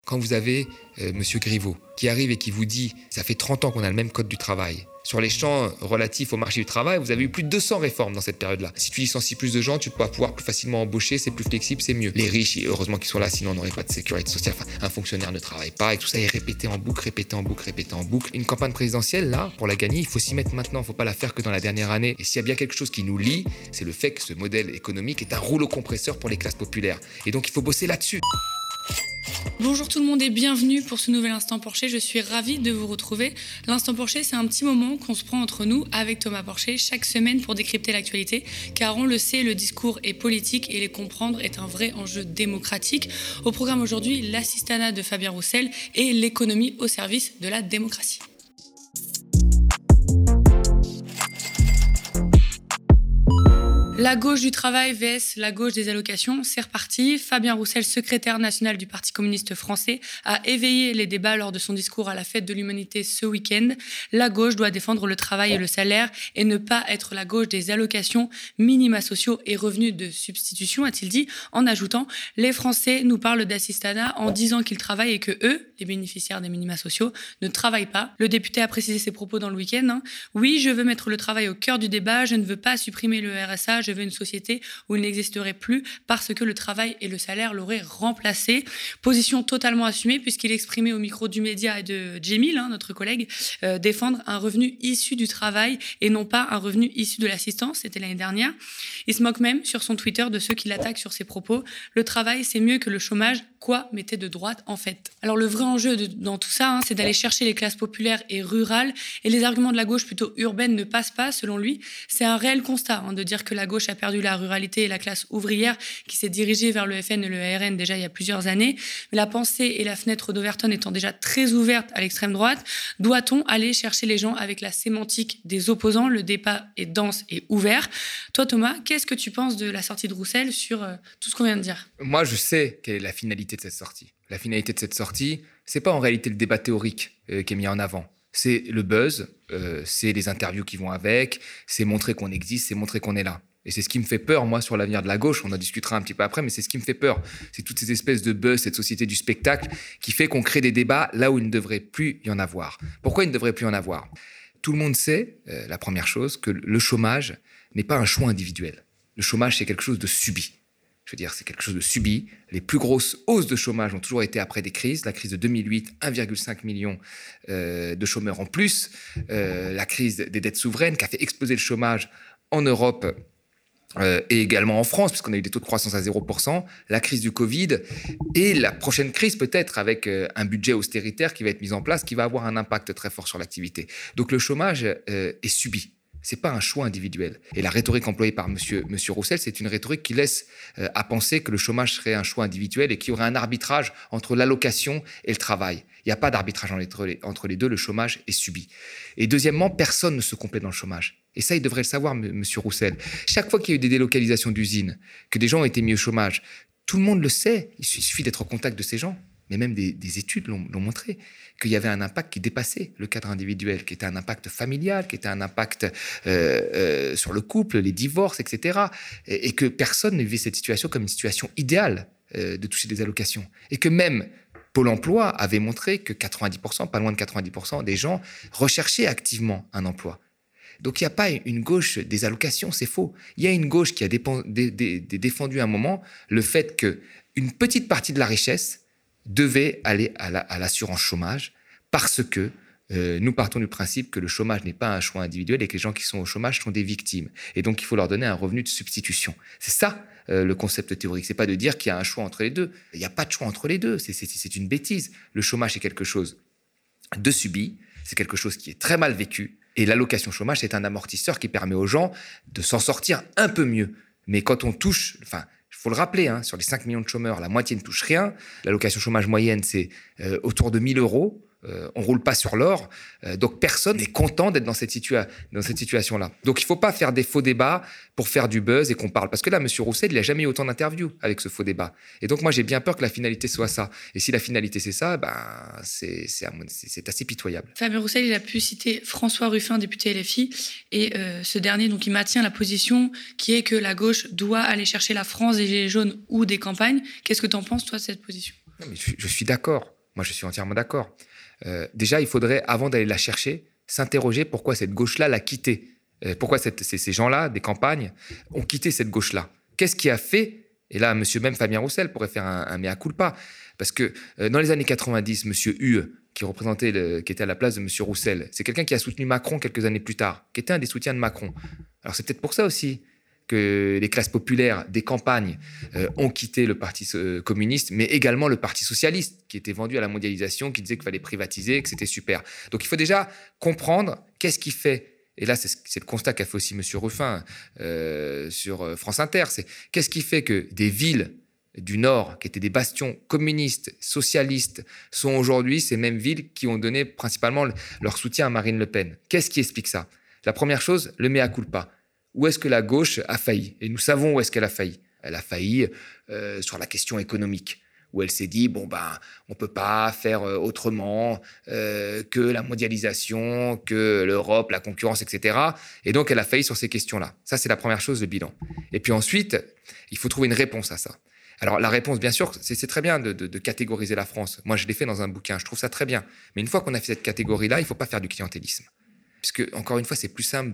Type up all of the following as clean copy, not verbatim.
Quand vous avez Monsieur Griveaux qui arrive et qui vous dit « ça fait 30 ans qu'on a le même code du travail », sur les champs relatifs au marché du travail, vous avez eu plus de 200 réformes dans cette période-là. Si tu licencies plus de gens, tu vas pouvoir plus facilement embaucher, c'est plus flexible, c'est mieux. Les riches, heureusement qu'ils sont là, sinon on n'aurait pas de sécurité sociale. Enfin, un fonctionnaire ne travaille pas et tout ça est répété en boucle, répété en boucle, répété en boucle. Une campagne présidentielle, là, pour la gagner, il faut s'y mettre maintenant, il ne faut pas la faire que dans la dernière année. Et s'il y a bien quelque chose qui nous lie, c'est le fait que ce modèle économique est un rouleau compresseur pour les classes populaires. Et donc il faut bosser là-dessus. Bonjour tout le monde et bienvenue pour ce nouvel Instant Porcher. Je suis ravie de vous retrouver. L'Instant Porcher, c'est un petit moment qu'on se prend entre nous avec Thomas Porcher chaque semaine pour décrypter l'actualité. Car on le sait, le discours est politique et les comprendre est un vrai enjeu démocratique. Au programme aujourd'hui, l'assistanat de Fabien Roussel et l'économie au service de la démocratie. La gauche du travail vs la gauche des allocations, c'est reparti. Fabien Roussel, secrétaire national du Parti communiste français, a éveillé les débats lors de son discours à la fête de l'humanité ce week-end. La gauche doit défendre le travail et le salaire et ne pas être la gauche des allocations, minima sociaux et revenus de substitution, a-t-il dit, en ajoutant « Les Français nous parlent d'assistanat en disant qu'ils travaillent et que eux, les bénéficiaires des minima sociaux, ne travaillent pas ». Le député a précisé ses propos dans le week-end. Oui, je veux mettre le travail au cœur du débat, je ne veux pas supprimer le RSA, je veux une société où il n'existerait plus parce que le travail et le salaire l'auraient remplacé. Position totalement assumée puisqu'il exprimait au micro du Média et de Djemil, notre collègue, défendre un revenu issu du travail et non pas un revenu issu de l'assistance. C'était l'année dernière. Il se moque même sur son Twitter de ceux qui l'attaquent sur ses propos. Le travail, c'est mieux que le chômage. Quoi mettez de droite en fait? Alors le vrai enjeu dans tout ça, c'est d'aller chercher les classes populaires et rurales. Et les arguments de la gauche plutôt urbaine ne passent pas, selon lui. C'est un réel constat de dire que la gauche a perdu la ruralité et la classe ouvrière qui s'est dirigée vers le FN et le RN déjà il y a plusieurs années. Mais la pensée et la fenêtre d'Overton étant déjà très ouverte à l'extrême droite, doit-on aller chercher les gens avec la sémantique des opposants? Le débat est dense et ouvert. Toi Thomas, qu'est-ce que tu penses de la sortie de Roussel sur tout ce qu'on vient de dire? Moi, je sais quelle est la finalité de cette sortie. La finalité de cette sortie, c'est pas en réalité le débat théorique qui est mis en avant. C'est le buzz, c'est les interviews qui vont avec, c'est montrer qu'on existe, c'est montrer qu'on est là. Et c'est ce qui me fait peur, moi, sur l'avenir de la gauche. On en discutera un petit peu après, mais c'est ce qui me fait peur. C'est toutes ces espèces de buzz, cette société du spectacle qui fait qu'on crée des débats là où il ne devrait plus y en avoir. Pourquoi il ne devrait plus y en avoir? Tout le monde sait, la première chose, que le chômage n'est pas un choix individuel. Le chômage, c'est quelque chose de subi. Je veux dire, c'est quelque chose de subi. Les plus grosses hausses de chômage ont toujours été après des crises. La crise de 2008, 1,5 million de chômeurs en plus. La crise des dettes souveraines qui a fait exploser le chômage en Europe et également en France, puisqu'on a eu des taux de croissance à 0%, la crise du Covid et la prochaine crise peut-être avec un budget austéritaire qui va être mis en place, qui va avoir un impact très fort sur l'activité. Donc le chômage est subi. C'est pas un choix individuel. Et la rhétorique employée par monsieur Roussel, c'est une rhétorique qui laisse à penser que le chômage serait un choix individuel et qu'il y aurait un arbitrage entre l'allocation et le travail. Il n'y a pas d'arbitrage entre les deux, le chômage est subi. Et deuxièmement, personne ne se complaît dans le chômage. Et ça, il devrait le savoir, monsieur Roussel. Chaque fois qu'il y a eu des délocalisations d'usines, que des gens ont été mis au chômage, tout le monde le sait. Il suffit d'être au contact de ces gens. Mais même des études l'ont montré, qu'il y avait un impact qui dépassait le cadre individuel, qui était un impact familial, qui était un impact sur le couple, les divorces, etc. Et que personne ne vivait cette situation comme une situation idéale de toucher des allocations. Et que même Pôle emploi avait montré que 90%, pas loin de 90% des gens recherchaient activement un emploi. Donc il n'y a pas une gauche des allocations, c'est faux. Il y a une gauche qui a défendu à un moment le fait qu'une petite partie de la richesse devait aller à l'assurance chômage parce que nous partons du principe que le chômage n'est pas un choix individuel et que les gens qui sont au chômage sont des victimes. Et donc, il faut leur donner un revenu de substitution. C'est ça, le concept théorique. C'est pas de dire qu'il y a un choix entre les deux. Il n'y a pas de choix entre les deux. C'est une bêtise. Le chômage, c'est quelque chose de subi. C'est quelque chose qui est très mal vécu. Et l'allocation chômage, c'est un amortisseur qui permet aux gens de s'en sortir un peu mieux. Mais quand on touche... Il faut le rappeler, sur les 5 millions de chômeurs, la moitié ne touche rien. L'allocation chômage moyenne, c'est autour de 1 000 €. On ne roule pas sur l'or. Donc, personne n'est content d'être dans cette situation-là. Donc, il ne faut pas faire des faux débats pour faire du buzz et qu'on parle. Parce que là, M. Roussel, il n'a jamais eu autant d'interviews avec ce faux débat. Et donc, moi, j'ai bien peur que la finalité soit ça. Et si la finalité, c'est ça, c'est assez pitoyable. Fabien Roussel, il a pu citer François Ruffin, député LFI. Et ce dernier, donc, il maintient la position qui est que la gauche doit aller chercher la France des gilets jaunes ou des campagnes. Qu'est-ce que tu en penses, toi, de cette position? Non, mais je suis d'accord. Moi, je suis entièrement d'accord. Déjà, il faudrait, avant d'aller la chercher, s'interroger pourquoi cette gauche-là l'a quittée. Pourquoi ces gens-là, des campagnes, ont quitté cette gauche-là. Qu'est-ce qui a fait? Et là, même Fabien Roussel pourrait faire un mea culpa. Parce que dans les années 90, M. Hue, qui était à la place de M. Roussel, c'est quelqu'un qui a soutenu Macron quelques années plus tard, qui était un des soutiens de Macron. Alors c'est peut-être pour ça aussi que les classes populaires des campagnes ont quitté le Parti communiste, mais également le Parti socialiste, qui était vendu à la mondialisation, qui disait qu'il fallait privatiser, que c'était super. Donc il faut déjà comprendre qu'est-ce qui fait, et là c'est le constat qu'a fait aussi M. Ruffin sur France Inter, c'est qu'est-ce qui fait que des villes du Nord, qui étaient des bastions communistes, socialistes, sont aujourd'hui ces mêmes villes qui ont donné principalement leur soutien à Marine Le Pen. Qu'est-ce qui explique ça? La première chose, le mea culpa. Où est-ce que la gauche a failli? Et nous savons où est-ce qu'elle a failli. Elle a failli sur la question économique, où elle s'est dit, on ne peut pas faire autrement que la mondialisation, que l'Europe, la concurrence, etc. Et donc, elle a failli sur ces questions-là. Ça, c'est la première chose, le bilan. Et puis ensuite, il faut trouver une réponse à ça. Alors, la réponse, bien sûr, c'est très bien de catégoriser la France. Moi, je l'ai fait dans un bouquin, je trouve ça très bien. Mais une fois qu'on a fait cette catégorie-là, il ne faut pas faire du clientélisme. Puisque, encore une fois, c'est plus simple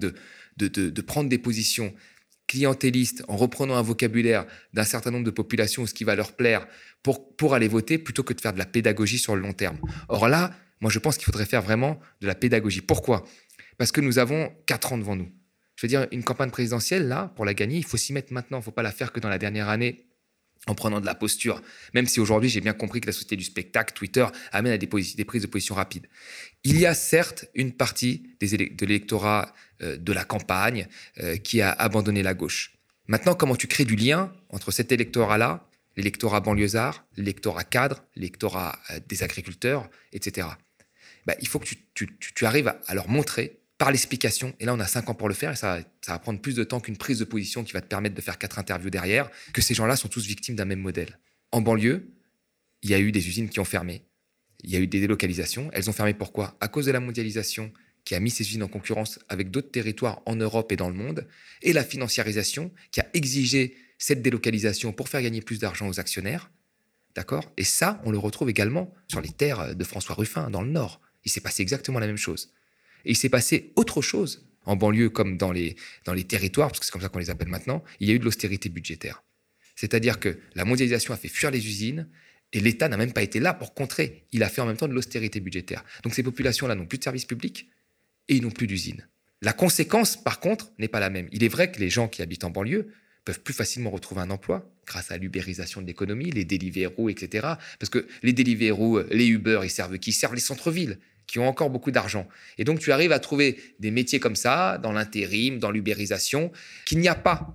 de prendre des positions clientélistes en reprenant un vocabulaire d'un certain nombre de populations, ce qui va leur plaire, pour aller voter, plutôt que de faire de la pédagogie sur le long terme. Or là, moi, je pense qu'il faudrait faire vraiment de la pédagogie. Pourquoi? Parce que nous avons 4 ans devant nous. Je veux dire, une campagne présidentielle, là, pour la gagner, il faut s'y mettre maintenant. Il ne faut pas la faire que dans la dernière année, en prenant de la posture, même si aujourd'hui j'ai bien compris que la société du spectacle, Twitter, amène à des prises de position rapides. Il y a certes une partie de l'électorat de la campagne qui a abandonné la gauche. Maintenant, comment tu crées du lien entre cet électorat-là, l'électorat banlieusard, l'électorat cadre, l'électorat des agriculteurs, etc. Il faut que tu arrives à leur montrer par l'explication, et là on a 5 ans pour le faire, et ça va prendre plus de temps qu'une prise de position qui va te permettre de faire 4 interviews derrière, que ces gens-là sont tous victimes d'un même modèle. En banlieue, il y a eu des usines qui ont fermé, il y a eu des délocalisations. Elles ont fermé pourquoi? À cause de la mondialisation qui a mis ces usines en concurrence avec d'autres territoires en Europe et dans le monde, et la financiarisation qui a exigé cette délocalisation pour faire gagner plus d'argent aux actionnaires. D'accord? Et ça, on le retrouve également sur les terres de François Ruffin, dans le Nord. Il s'est passé exactement la même chose. Et il s'est passé autre chose en banlieue comme dans les territoires, parce que c'est comme ça qu'on les appelle maintenant. Il y a eu de l'austérité budgétaire. C'est-à-dire que la mondialisation a fait fuir les usines et l'État n'a même pas été là pour contrer. Il a fait en même temps de l'austérité budgétaire. Donc ces populations-là n'ont plus de services publics et ils n'ont plus d'usines. La conséquence, par contre, n'est pas la même. Il est vrai que les gens qui habitent en banlieue peuvent plus facilement retrouver un emploi grâce à l'ubérisation de l'économie, les Deliveroo, etc. Parce que les Deliveroo, les Uber, ils servent qui? Ils servent les centres-villes, qui ont encore beaucoup d'argent. Et donc, tu arrives à trouver des métiers comme ça, dans l'intérim, dans l'ubérisation, qu'il n'y a pas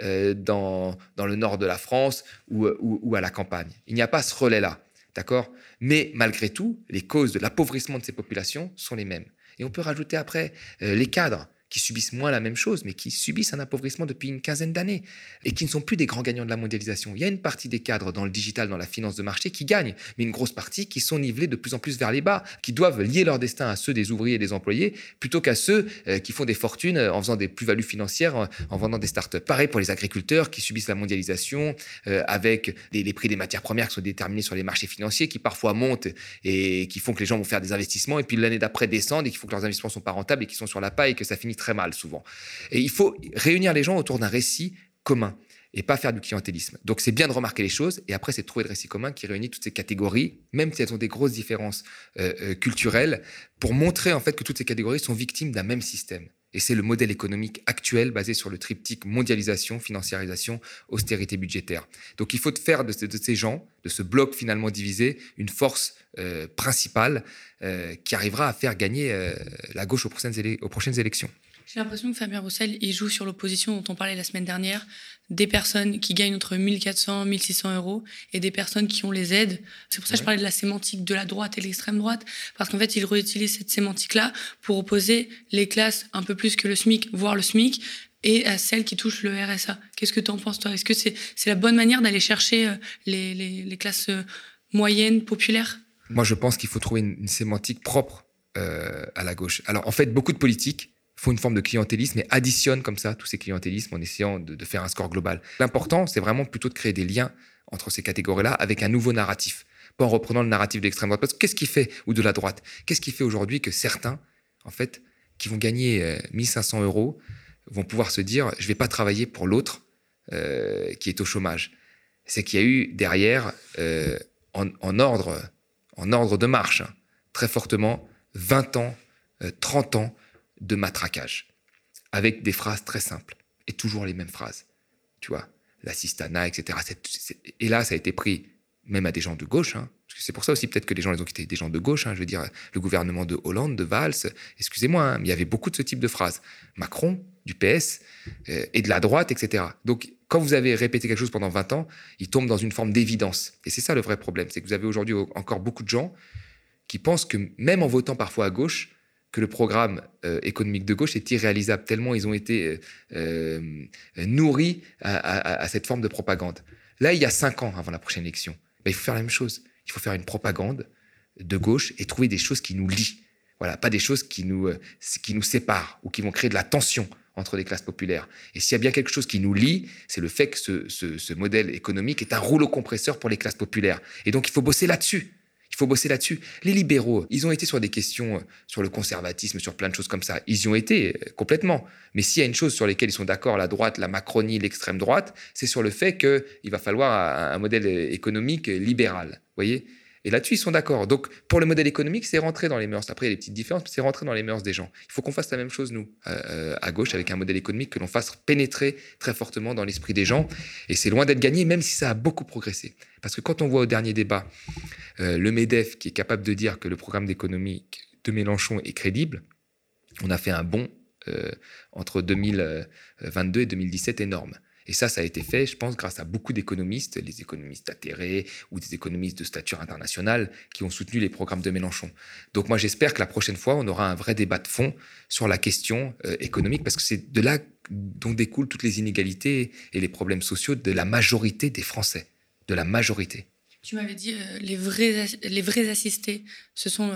dans le nord de la France ou à la campagne. Il n'y a pas ce relais-là, d'accord? Mais malgré tout, les causes de l'appauvrissement de ces populations sont les mêmes. Et on peut rajouter après les cadres, qui subissent moins la même chose, mais qui subissent un appauvrissement depuis une quinzaine d'années et qui ne sont plus des grands gagnants de la mondialisation. Il y a une partie des cadres dans le digital, dans la finance de marché qui gagnent, mais une grosse partie qui sont nivelés de plus en plus vers les bas, qui doivent lier leur destin à ceux des ouvriers et des employés, plutôt qu'à ceux qui font des fortunes en faisant des plus-values financières, en vendant des startups. Pareil pour les agriculteurs qui subissent la mondialisation, avec les prix des matières premières qui sont déterminés sur les marchés financiers, qui parfois montent et qui font que les gens vont faire des investissements, et puis l'année d'après descendent et qui font que leurs investissements sont pas rentables et qui sont sur la paille et que ça finit très mal souvent. Et il faut réunir les gens autour d'un récit commun et pas faire du clientélisme. Donc c'est bien de remarquer les choses et après c'est de trouver le récit commun qui réunit toutes ces catégories, même si elles ont des grosses différences culturelles, pour montrer en fait que toutes ces catégories sont victimes d'un même système. Et c'est le modèle économique actuel basé sur le triptyque mondialisation, financiarisation, austérité budgétaire. Donc il faut faire de ces gens, de ce bloc finalement divisé, une force principale qui arrivera à faire gagner la gauche aux prochaines élections. J'ai l'impression que Fabien Roussel, il joue sur l'opposition dont on parlait la semaine dernière, des personnes qui gagnent entre 1 400 et 1 600 euros et des personnes qui ont les aides. C'est pour ça que je parlais de la sémantique de la droite et de l'extrême droite, parce qu'en fait, il réutilise cette sémantique-là pour opposer les classes un peu plus que le SMIC, voire le SMIC, et à celles qui touchent le RSA. Qu'est-ce que tu en penses, toi? Est-ce que c'est la bonne manière d'aller chercher les classes moyennes, populaires? Moi, je pense qu'il faut trouver une sémantique propre à la gauche. Alors, en fait, beaucoup de politiques font une forme de clientélisme et additionnent comme ça tous ces clientélismes en essayant de faire un score global. L'important, c'est vraiment plutôt de créer des liens entre ces catégories-là avec un nouveau narratif. pas en reprenant le narratif de l'extrême droite. Parce que qu'est-ce qui fait, ou de la droite, qu'est-ce qui fait aujourd'hui que certains, en fait, qui vont gagner 1500 € vont pouvoir se dire « je ne vais pas travailler pour l'autre qui est au chômage ». C'est qu'il y a eu derrière, en ordre de marche, hein, très fortement, 20 ans, 30 ans de matraquage, avec des phrases très simples, et toujours les mêmes phrases. Tu vois, l'assistanat, etc. Et là, ça a été pris même à des gens de gauche, hein, parce que c'est pour ça aussi peut-être que les gens les ont quittés, des gens de gauche, hein, je veux dire, le gouvernement de Hollande, de Valls, excusez-moi, hein, mais il y avait beaucoup de ce type de phrases. Macron, du PS, et de la droite, etc. Donc, quand vous avez répété quelque chose pendant 20 ans, il tombe dans une forme d'évidence. Et c'est ça le vrai problème, c'est que vous avez aujourd'hui encore beaucoup de gens qui pensent que, même en votant parfois à gauche, que le programme économique de gauche est irréalisable, tellement ils ont été nourris à cette forme de propagande. Là, il y a 5 ans avant la prochaine élection, il faut faire la même chose. Il faut faire une propagande de gauche et trouver des choses qui nous lient. Voilà, pas des choses qui nous séparent ou qui vont créer de la tension entre les classes populaires. Et s'il y a bien quelque chose qui nous lie, c'est le fait que ce modèle économique est un rouleau compresseur pour les classes populaires. Et donc, il faut bosser là-dessus. Il faut bosser là-dessus. Les libéraux, ils ont été sur des questions, sur le conservatisme, sur plein de choses comme ça. Ils y ont été complètement. Mais s'il y a une chose sur laquelle ils sont d'accord, la droite, la Macronie, l'extrême droite, c'est sur le fait qu'il va falloir un modèle économique libéral. Vous voyez ? Et là-dessus, ils sont d'accord. Donc, pour le modèle économique, c'est rentrer dans les mœurs. Après, il y a des petites différences, mais c'est rentrer dans les mœurs des gens. Il faut qu'on fasse la même chose, nous, à gauche, avec un modèle économique que l'on fasse pénétrer très fortement dans l'esprit des gens. Et c'est loin d'être gagné, même si ça a beaucoup progressé. Parce que quand on voit au dernier débat le MEDEF qui est capable de dire que le programme d'économie de Mélenchon est crédible, on a fait un bond entre 2022 et 2017 énorme. Et ça a été fait, je pense, grâce à beaucoup d'économistes, les économistes atterrés ou des économistes de stature internationale qui ont soutenu les programmes de Mélenchon. Donc moi, j'espère que la prochaine fois, on aura un vrai débat de fond sur la question économique, parce que c'est de là dont découlent toutes les inégalités et les problèmes sociaux de la majorité des Français, de la majorité. Tu m'avais dit les vrais assistés, ce sont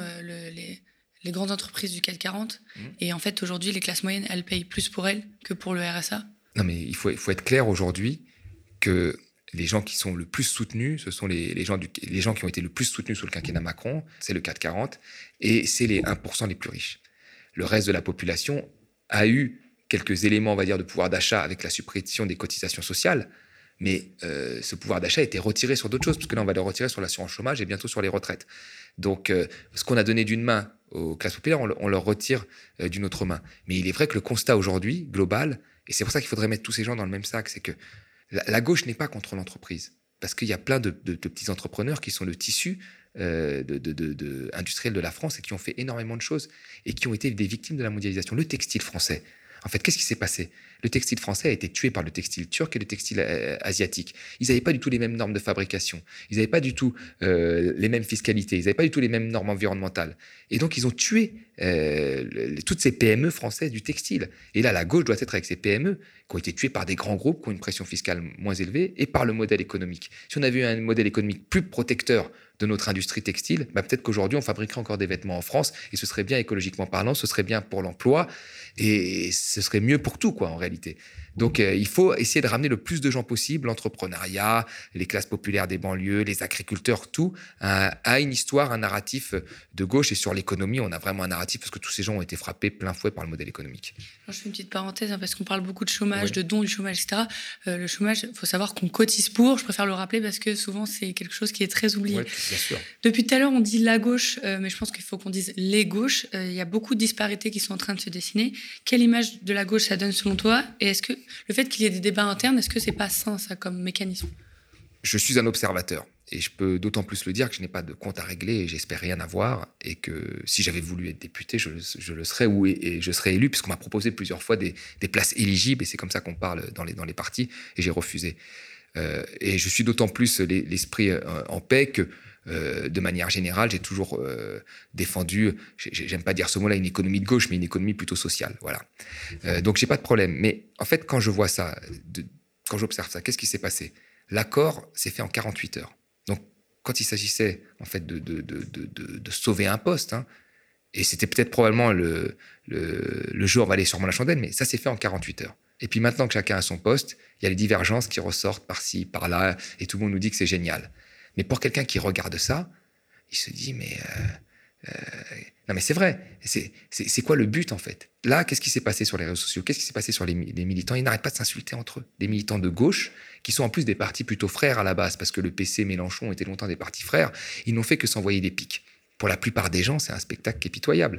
les grandes entreprises du CAC 40. Et en fait, aujourd'hui, les classes moyennes, elles payent plus pour elles que pour le RSA. Non, mais il faut être clair aujourd'hui que les gens qui sont le plus soutenus, ce sont les gens qui ont été le plus soutenus sous le quinquennat Macron, c'est le CAC 40, et c'est les 1% les plus riches. Le reste de la population a eu quelques éléments, on va dire, de pouvoir d'achat avec la suppression des cotisations sociales, mais ce pouvoir d'achat a été retiré sur d'autres choses, parce que là, on va le retirer sur l'assurance chômage et bientôt sur les retraites. Donc, ce qu'on a donné d'une main aux classes populaires, on leur retire d'une autre main. Mais il est vrai que le constat aujourd'hui, global, et c'est pour ça qu'il faudrait mettre tous ces gens dans le même sac, c'est que la gauche n'est pas contre l'entreprise, parce qu'il y a plein de petits entrepreneurs qui sont le tissu industriel de la France et qui ont fait énormément de choses et qui ont été des victimes de la mondialisation. Le textile français, en fait, qu'est-ce qui s'est passé ? Le textile français a été tué par le textile turc et le textile asiatique. Ils n'avaient pas du tout les mêmes normes de fabrication. Ils n'avaient pas du tout les mêmes fiscalités. Ils n'avaient pas du tout les mêmes normes environnementales. Et donc, ils ont tué toutes ces PME françaises du textile. Et là, la gauche doit être avec ces PME qui ont été tuées par des grands groupes qui ont une pression fiscale moins élevée et par le modèle économique. Si on avait eu un modèle économique plus protecteur de notre industrie textile, peut-être qu'aujourd'hui, on fabriquerait encore des vêtements en France et ce serait bien écologiquement parlant, ce serait bien pour l'emploi et ce serait mieux pour tout, quoi, en réalité. Donc, il faut essayer de ramener le plus de gens possible, l'entrepreneuriat, les classes populaires des banlieues, les agriculteurs, tout, à une histoire, un narratif de gauche. Et sur l'économie, on a vraiment un narratif parce que tous ces gens ont été frappés plein fouet par le modèle économique. Alors, je fais une petite parenthèse, parce qu'on parle beaucoup de chômage, de dons du chômage, etc. Le chômage, il faut savoir qu'on cotise pour. Je préfère le rappeler parce que souvent, c'est quelque chose qui est très oublié. Oui, bien sûr. Depuis tout à l'heure, on dit la gauche, mais je pense qu'il faut qu'on dise les gauches. Il y a beaucoup de disparités qui sont en train de se dessiner. Quelle image de la gauche ça donne selon toi ? Et est-ce que le fait qu'il y ait des débats internes, est-ce que c'est pas sain, ça, comme mécanisme ? Je suis un observateur. Et je peux d'autant plus le dire que je n'ai pas de compte à régler et j'espère rien avoir. Et que si j'avais voulu être député, je le serais et je serais élu, puisqu'on m'a proposé plusieurs fois des places éligibles. Et c'est comme ça qu'on parle dans les partis. Et j'ai refusé. Et je suis d'autant plus l'esprit en paix que, de manière générale, j'ai toujours défendu, j'aime pas dire ce mot-là, une économie de gauche, mais une économie plutôt sociale. Voilà. Donc, j'ai pas de problème. Mais en fait, quand je vois ça, quand j'observe ça, qu'est-ce qui s'est passé ? L'accord s'est fait en 48 heures. Donc, quand il s'agissait en fait de sauver un poste, hein, et c'était peut-être probablement le jour valait sûrement la chandelle, mais ça s'est fait en 48 heures. Et puis maintenant que chacun a son poste, il y a les divergences qui ressortent par-ci, par-là, et tout le monde nous dit que c'est génial. Mais pour quelqu'un qui regarde ça, il se dit, non, mais c'est vrai. C'est quoi le but, en fait? Là, qu'est-ce qui s'est passé sur les réseaux sociaux? Qu'est-ce qui s'est passé sur les militants? Ils n'arrêtent pas de s'insulter entre eux. Des militants de gauche, qui sont en plus des partis plutôt frères à la base, parce que le PC, Mélenchon étaient longtemps des partis frères, ils n'ont fait que s'envoyer des piques. Pour la plupart des gens, c'est un spectacle qui est pitoyable.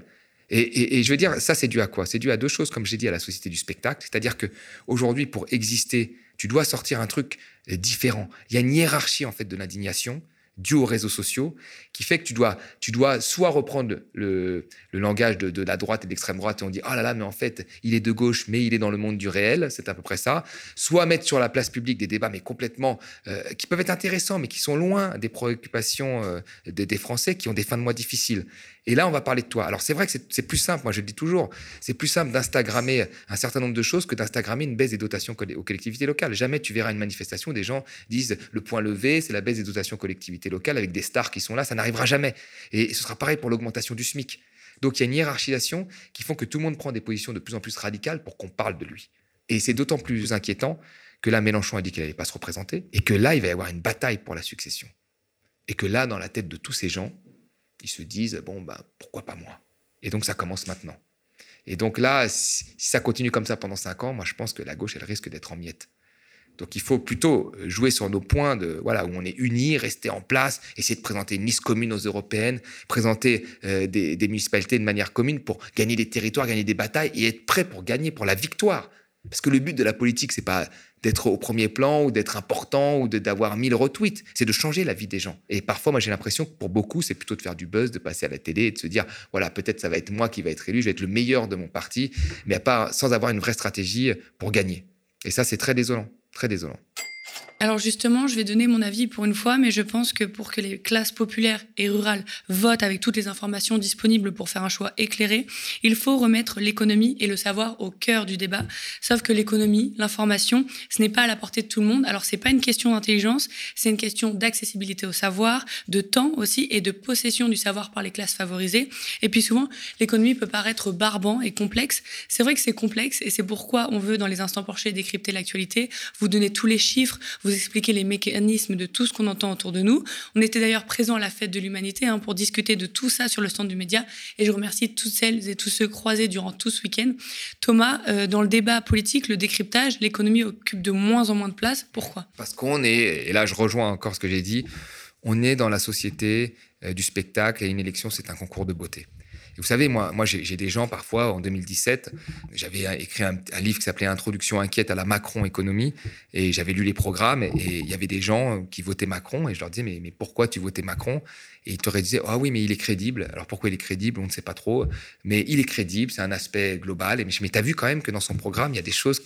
Et je veux dire, ça, c'est dû à quoi? C'est dû à deux choses, comme j'ai dit, à la société du spectacle. C'est-à-dire qu'aujourd'hui, pour exister, tu dois sortir un truc différent. Il y a une hiérarchie, en fait, de l'indignation dû aux réseaux sociaux, qui fait que tu dois soit reprendre le langage de la droite et de l'extrême droite et on dit « Oh là là, mais en fait, il est de gauche, mais il est dans le monde du réel », c'est à peu près ça. Soit mettre sur la place publique des débats, mais complètement, qui peuvent être intéressants, mais qui sont loin des préoccupations des Français qui ont des fins de mois difficiles. Et là, on va parler de toi. Alors, c'est vrai que c'est plus simple, moi je le dis toujours, c'est plus simple d'instagrammer un certain nombre de choses que d'instagrammer une baisse des dotations aux collectivités locales. Jamais tu verras une manifestation où des gens disent le point levé, c'est la baisse des dotations aux collectivités locales avec des stars qui sont là, ça n'arrivera jamais. Et ce sera pareil pour l'augmentation du SMIC. Donc, il y a une hiérarchisation qui font que tout le monde prend des positions de plus en plus radicales pour qu'on parle de lui. Et c'est d'autant plus inquiétant que là, Mélenchon a dit qu'il n'allait pas se représenter et que là, il va y avoir une bataille pour la succession. Et que là, dans la tête de tous ces gens, ils se disent, pourquoi pas moi? Et donc, ça commence maintenant. Et donc là, si ça continue comme ça pendant 5 ans, moi, je pense que la gauche, elle risque d'être en miettes. Donc, il faut plutôt jouer sur nos points où on est unis, rester en place, essayer de présenter une liste commune aux européennes, présenter des municipalités de manière commune pour gagner des territoires, gagner des batailles et être prêt pour gagner, pour la victoire. Parce que le but de la politique, c'est pas d'être au premier plan ou d'être important ou d'avoir 1000 retweets. C'est de changer la vie des gens. Et parfois, moi, j'ai l'impression que pour beaucoup, c'est plutôt de faire du buzz, de passer à la télé et de se dire, voilà, peut-être ça va être moi qui va être élu, je vais être le meilleur de mon parti, mais sans avoir une vraie stratégie pour gagner. Et ça, c'est très désolant, très désolant. Alors justement, je vais donner mon avis pour une fois, mais je pense que pour que les classes populaires et rurales votent avec toutes les informations disponibles pour faire un choix éclairé, il faut remettre l'économie et le savoir au cœur du débat. Sauf que l'économie, l'information, ce n'est pas à la portée de tout le monde. Alors c'est pas une question d'intelligence, c'est une question d'accessibilité au savoir, de temps aussi et de possession du savoir par les classes favorisées. Et puis souvent, l'économie peut paraître barbant et complexe. C'est vrai que c'est complexe et c'est pourquoi on veut, dans les instants Porcher, décrypter l'actualité, vous donner tous les chiffres, vous expliquer les mécanismes de tout ce qu'on entend autour de nous. On était d'ailleurs présents à la Fête de l'Humanité pour discuter de tout ça sur le stand du média et je remercie toutes celles et tous ceux croisés durant tout ce week-end. Thomas, dans le débat politique, le décryptage, l'économie occupe de moins en moins de place. Pourquoi? Parce qu'on est, et là je rejoins encore ce que j'ai dit, on est dans la société du spectacle et une élection c'est un concours de beauté. Et vous savez, moi j'ai des gens, parfois, en 2017, j'avais écrit un livre qui s'appelait « Introduction inquiète à la Macron-économie » et j'avais lu les programmes et il y avait des gens qui votaient Macron et je leur disais « mais pourquoi tu votais Macron ?» Et ils te disaient « ah oui, mais il est crédible. » Alors pourquoi il est crédible? On ne sait pas trop, mais il est crédible, c'est un aspect global. Mais tu as vu quand même que dans son programme, il y a des choses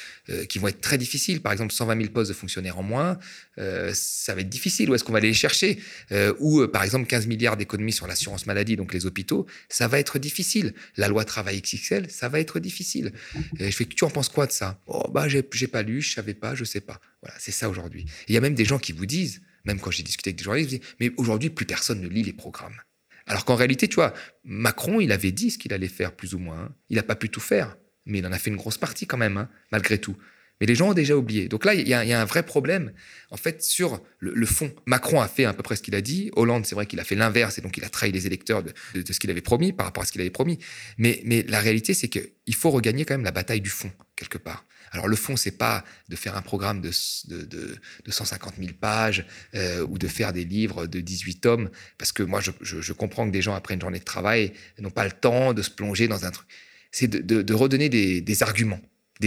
qui vont être très difficiles. Par exemple, 120 000 postes de fonctionnaires en moins, ça va être difficile. Où est-ce qu'on va aller les chercher? Ou par exemple, 15 milliards d'économies sur l'assurance maladie, donc les hôpitaux, ça va être difficile. La loi travail XXL, ça va être difficile. Et je fais, tu en penses quoi de ça? J'ai pas lu, je savais pas, je sais pas. Voilà, c'est ça aujourd'hui. Il y a même des gens qui vous disent, même quand j'ai discuté avec des journalistes, ils me disent, mais aujourd'hui, plus personne ne lit les programmes. Alors qu'en réalité, tu vois, Macron, il avait dit ce qu'il allait faire, plus ou moins. Il n'a pas pu tout faire, mais il en a fait une grosse partie quand même, malgré tout. Mais les gens ont déjà oublié. Donc là, il y a un vrai problème, en fait, sur le fond. Macron a fait à peu près ce qu'il a dit. Hollande, c'est vrai qu'il a fait l'inverse et donc il a trahi les électeurs de ce qu'il avait promis, par rapport à ce qu'il avait promis. Mais la réalité, c'est qu'il faut regagner quand même la bataille du fond, quelque part. Alors le fond, c'est pas de faire un programme de 150 000 pages ou de faire des livres de 18 tomes, parce que moi, je comprends que des gens, après une journée de travail, n'ont pas le temps de se plonger dans un truc. C'est de redonner des arguments.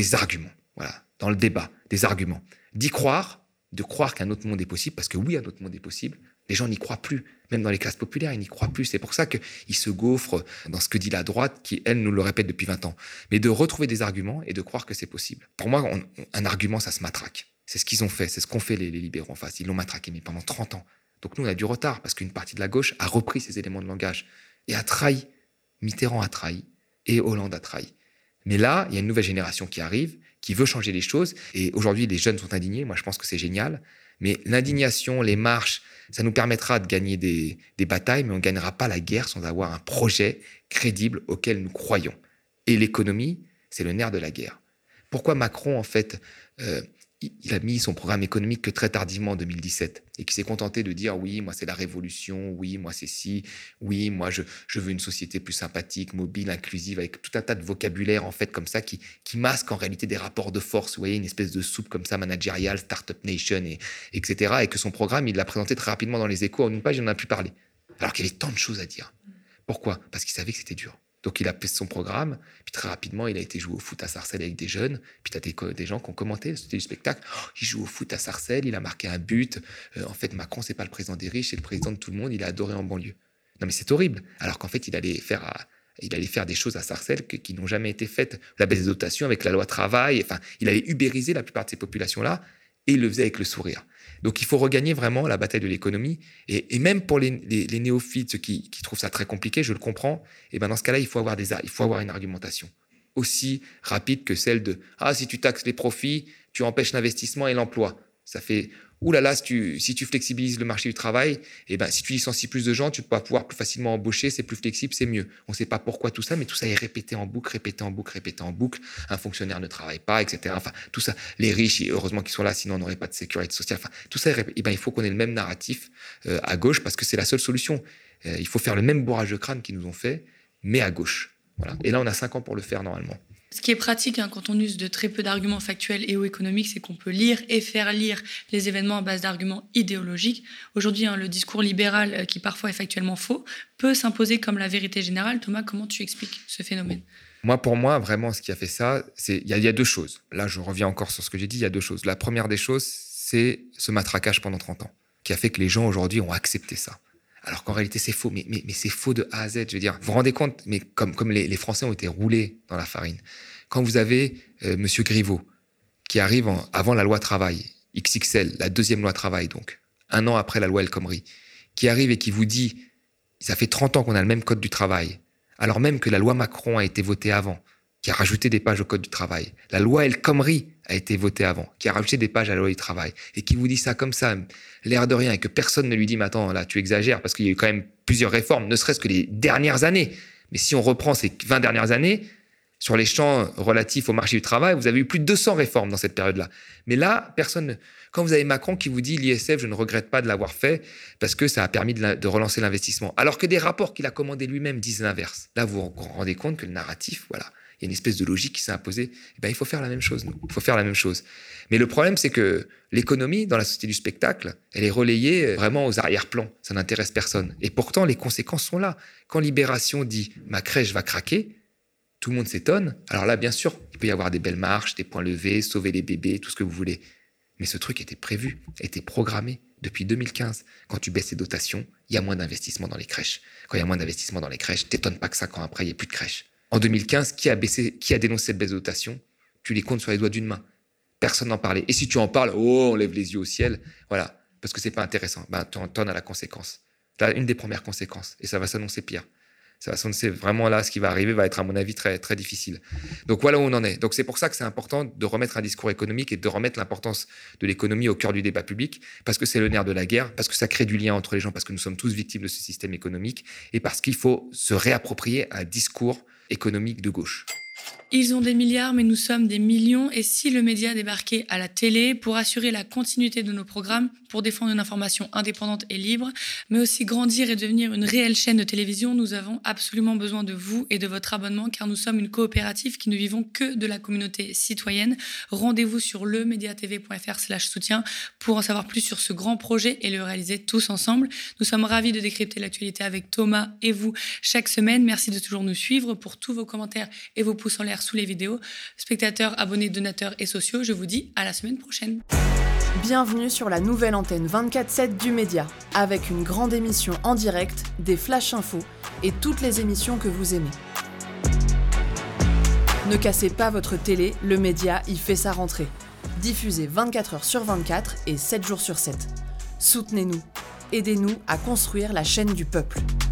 Voilà, dans le débat, des arguments. D'y croire, de croire qu'un autre monde est possible, parce que oui, un autre monde est possible. Les gens n'y croient plus. Même dans les classes populaires, ils n'y croient plus. C'est pour ça qu'ils se gaufrent dans ce que dit la droite, qui, elle, nous le répète depuis 20 ans. Mais de retrouver des arguments et de croire que c'est possible. Pour moi, un argument, ça se matraque. C'est ce qu'ils ont fait, c'est ce qu'ont fait les libéraux en face. Ils l'ont matraqué, mais pendant 30 ans. Donc nous, on a du retard, parce qu'une partie de la gauche a repris ces éléments de langage et a trahi. Mitterrand a trahi et Hollande a trahi. Mais là, il y a une nouvelle génération qui arrive, qui veut changer les choses. Et aujourd'hui, les jeunes sont indignés. Moi, je pense que c'est génial. Mais l'indignation, les marches, ça nous permettra de gagner des batailles, mais on ne gagnera pas la guerre sans avoir un projet crédible auquel nous croyons. Et l'économie, c'est le nerf de la guerre. Pourquoi Macron, en fait, il a mis son programme économique que très tardivement en 2017 et qui s'est contenté de dire oui, moi c'est la révolution, oui, moi c'est ci, oui, moi je veux une société plus sympathique, mobile, inclusive, avec tout un tas de vocabulaire en fait comme ça qui masque en réalité des rapports de force, vous voyez, une espèce de soupe comme ça managériale, Startup Nation, etc. Et que son programme, il l'a présenté très rapidement dans les Échos, en une page, il n'en a plus parlé. Alors qu'il y avait tant de choses à dire. Pourquoi ? Parce qu'il savait que c'était dur. Donc, il a fait son programme, puis très rapidement, il a été jouer au foot à Sarcelles avec des jeunes, puis tu as des gens qui ont commenté, c'était du spectacle. Oh, il joue au foot à Sarcelles, il a marqué un but. En fait, Macron, c'est pas le président des riches, c'est le président de tout le monde, il est adoré en banlieue. Non, mais c'est horrible. Alors qu'en fait, il allait faire des choses à Sarcelles qui n'ont jamais été faites. La baisse des dotations avec la loi travail, enfin, il allait ubériser la plupart de ces populations-là, et il le faisait avec le sourire. Donc, il faut regagner vraiment la bataille de l'économie. Et même pour les néophytes, ceux qui trouvent ça très compliqué, je le comprends, et ben dans ce cas-là, il faut avoir une argumentation aussi rapide que celle de « Ah, si tu taxes les profits, tu empêches l'investissement et l'emploi. » Ça fait « Ouh là là, si tu flexibilises le marché du travail, et ben, si tu licencies plus de gens, tu vas pouvoir plus facilement embaucher, c'est plus flexible, c'est mieux. » On ne sait pas pourquoi tout ça, mais tout ça est répété en boucle. Un fonctionnaire ne travaille pas, etc. Enfin, tout ça, les riches, heureusement qu'ils sont là, sinon on n'aurait pas de sécurité sociale. Enfin, tout ça est répété. Et ben, il faut qu'on ait le même narratif à gauche parce que c'est la seule solution. Il faut faire le même bourrage de crâne qu'ils nous ont fait, mais à gauche. Voilà. Et là, on a 5 ans pour le faire normalement. Ce qui est pratique quand on use de très peu d'arguments factuels et ou économiques, c'est qu'on peut lire et faire lire les événements à base d'arguments idéologiques. Aujourd'hui, le discours libéral, qui parfois est factuellement faux, peut s'imposer comme la vérité générale. Thomas, comment tu expliques ce phénomène ? Pour moi, vraiment, ce qui a fait ça, il y a 2 choses. Là, je reviens encore sur ce que j'ai dit, il y a 2 choses. La première des choses, c'est ce matraquage pendant 30 ans, qui a fait que les gens, aujourd'hui, ont accepté ça. Alors qu'en réalité, c'est faux. Mais c'est faux de A à Z. Je veux dire, vous vous rendez compte, mais comme les Français ont été roulés dans la farine. Quand vous avez M. Griveaux, qui arrive avant la loi travail, XXL, la 2e loi travail, donc, 1 an après la loi El Khomri, qui arrive et qui vous dit, ça fait 30 ans qu'on a le même code du travail, alors même que la loi Macron a été votée avant, qui a rajouté des pages au code du travail. La loi El Khomri a été votée avant, qui a rajouté des pages à la loi du travail, et qui vous dit ça comme ça, l'air de rien, et que personne ne lui dit « Mais attends, là, tu exagères, parce qu'il y a eu quand même plusieurs réformes, ne serait-ce que les dernières années. Mais si on reprend ces 20 dernières années, sur les champs relatifs au marché du travail, vous avez eu plus de 200 réformes dans cette période-là. Mais là, personne... Quand vous avez Macron qui vous dit « L'ISF, je ne regrette pas de l'avoir fait, parce que ça a permis de relancer l'investissement. » Alors que des rapports qu'il a commandés lui-même disent l'inverse. Là, vous vous rendez compte que le narratif, voilà... Il y a une espèce de logique qui s'est imposée. Il faut faire la même chose, nous. Il faut faire la même chose. Mais le problème, c'est que l'économie, dans la société du spectacle, elle est relayée vraiment aux arrière-plans. Ça n'intéresse personne. Et pourtant, les conséquences sont là. Quand Libération dit « ma crèche va craquer », tout le monde s'étonne. Alors là, bien sûr, il peut y avoir des belles marches, des points levés, sauver les bébés, tout ce que vous voulez. Mais ce truc était prévu, était programmé depuis 2015. Quand tu baisses les dotations, il y a moins d'investissement dans les crèches. Quand il y a moins d'investissement dans les crèches, t'étonnes pas que 5 ans après, il n'y ait plus de crèches. En 2015, qui a dénoncé cette baisse de dotation ? Tu les comptes sur les doigts d'une main. Personne n'en parlait. Et si tu en parles, on lève les yeux au ciel. Voilà, parce que c'est pas intéressant. T'en as la conséquence. Là, une des premières conséquences. Et ça va s'annoncer pire. Ça va s'annoncer vraiment là, ce qui va arriver va être, à mon avis, très, très difficile. Donc voilà où on en est. Donc c'est pour ça que c'est important de remettre un discours économique et de remettre l'importance de l'économie au cœur du débat public, parce que c'est le nerf de la guerre, parce que ça crée du lien entre les gens, parce que nous sommes tous victimes de ce système économique, et parce qu'il faut se réapproprier un discours économique de gauche. Ils ont des milliards, mais nous sommes des millions. Et si le média débarquait à la télé pour assurer la continuité de nos programmes, pour défendre une information indépendante et libre, mais aussi grandir et devenir une réelle chaîne de télévision, nous avons absolument besoin de vous et de votre abonnement, car nous sommes une coopérative qui ne vivons que de la communauté citoyenne. Rendez-vous sur lemediatv.fr/soutien pour en savoir plus sur ce grand projet et le réaliser tous ensemble. Nous sommes ravis de décrypter l'actualité avec Thomas et vous chaque semaine. Merci de toujours nous suivre. Pour tous vos commentaires et vos pouces en l'air sous les vidéos, spectateurs, abonnés, donateurs et sociaux, je vous dis à la semaine prochaine. Bienvenue sur la nouvelle antenne 24/7 du Média, avec une grande émission en direct, des flash infos et toutes les émissions que vous aimez. Ne cassez pas votre télé, le Média y fait sa rentrée. Diffusé 24 heures sur 24 et 7 jours sur 7. Soutenez-nous. Aidez-nous à construire la chaîne du peuple.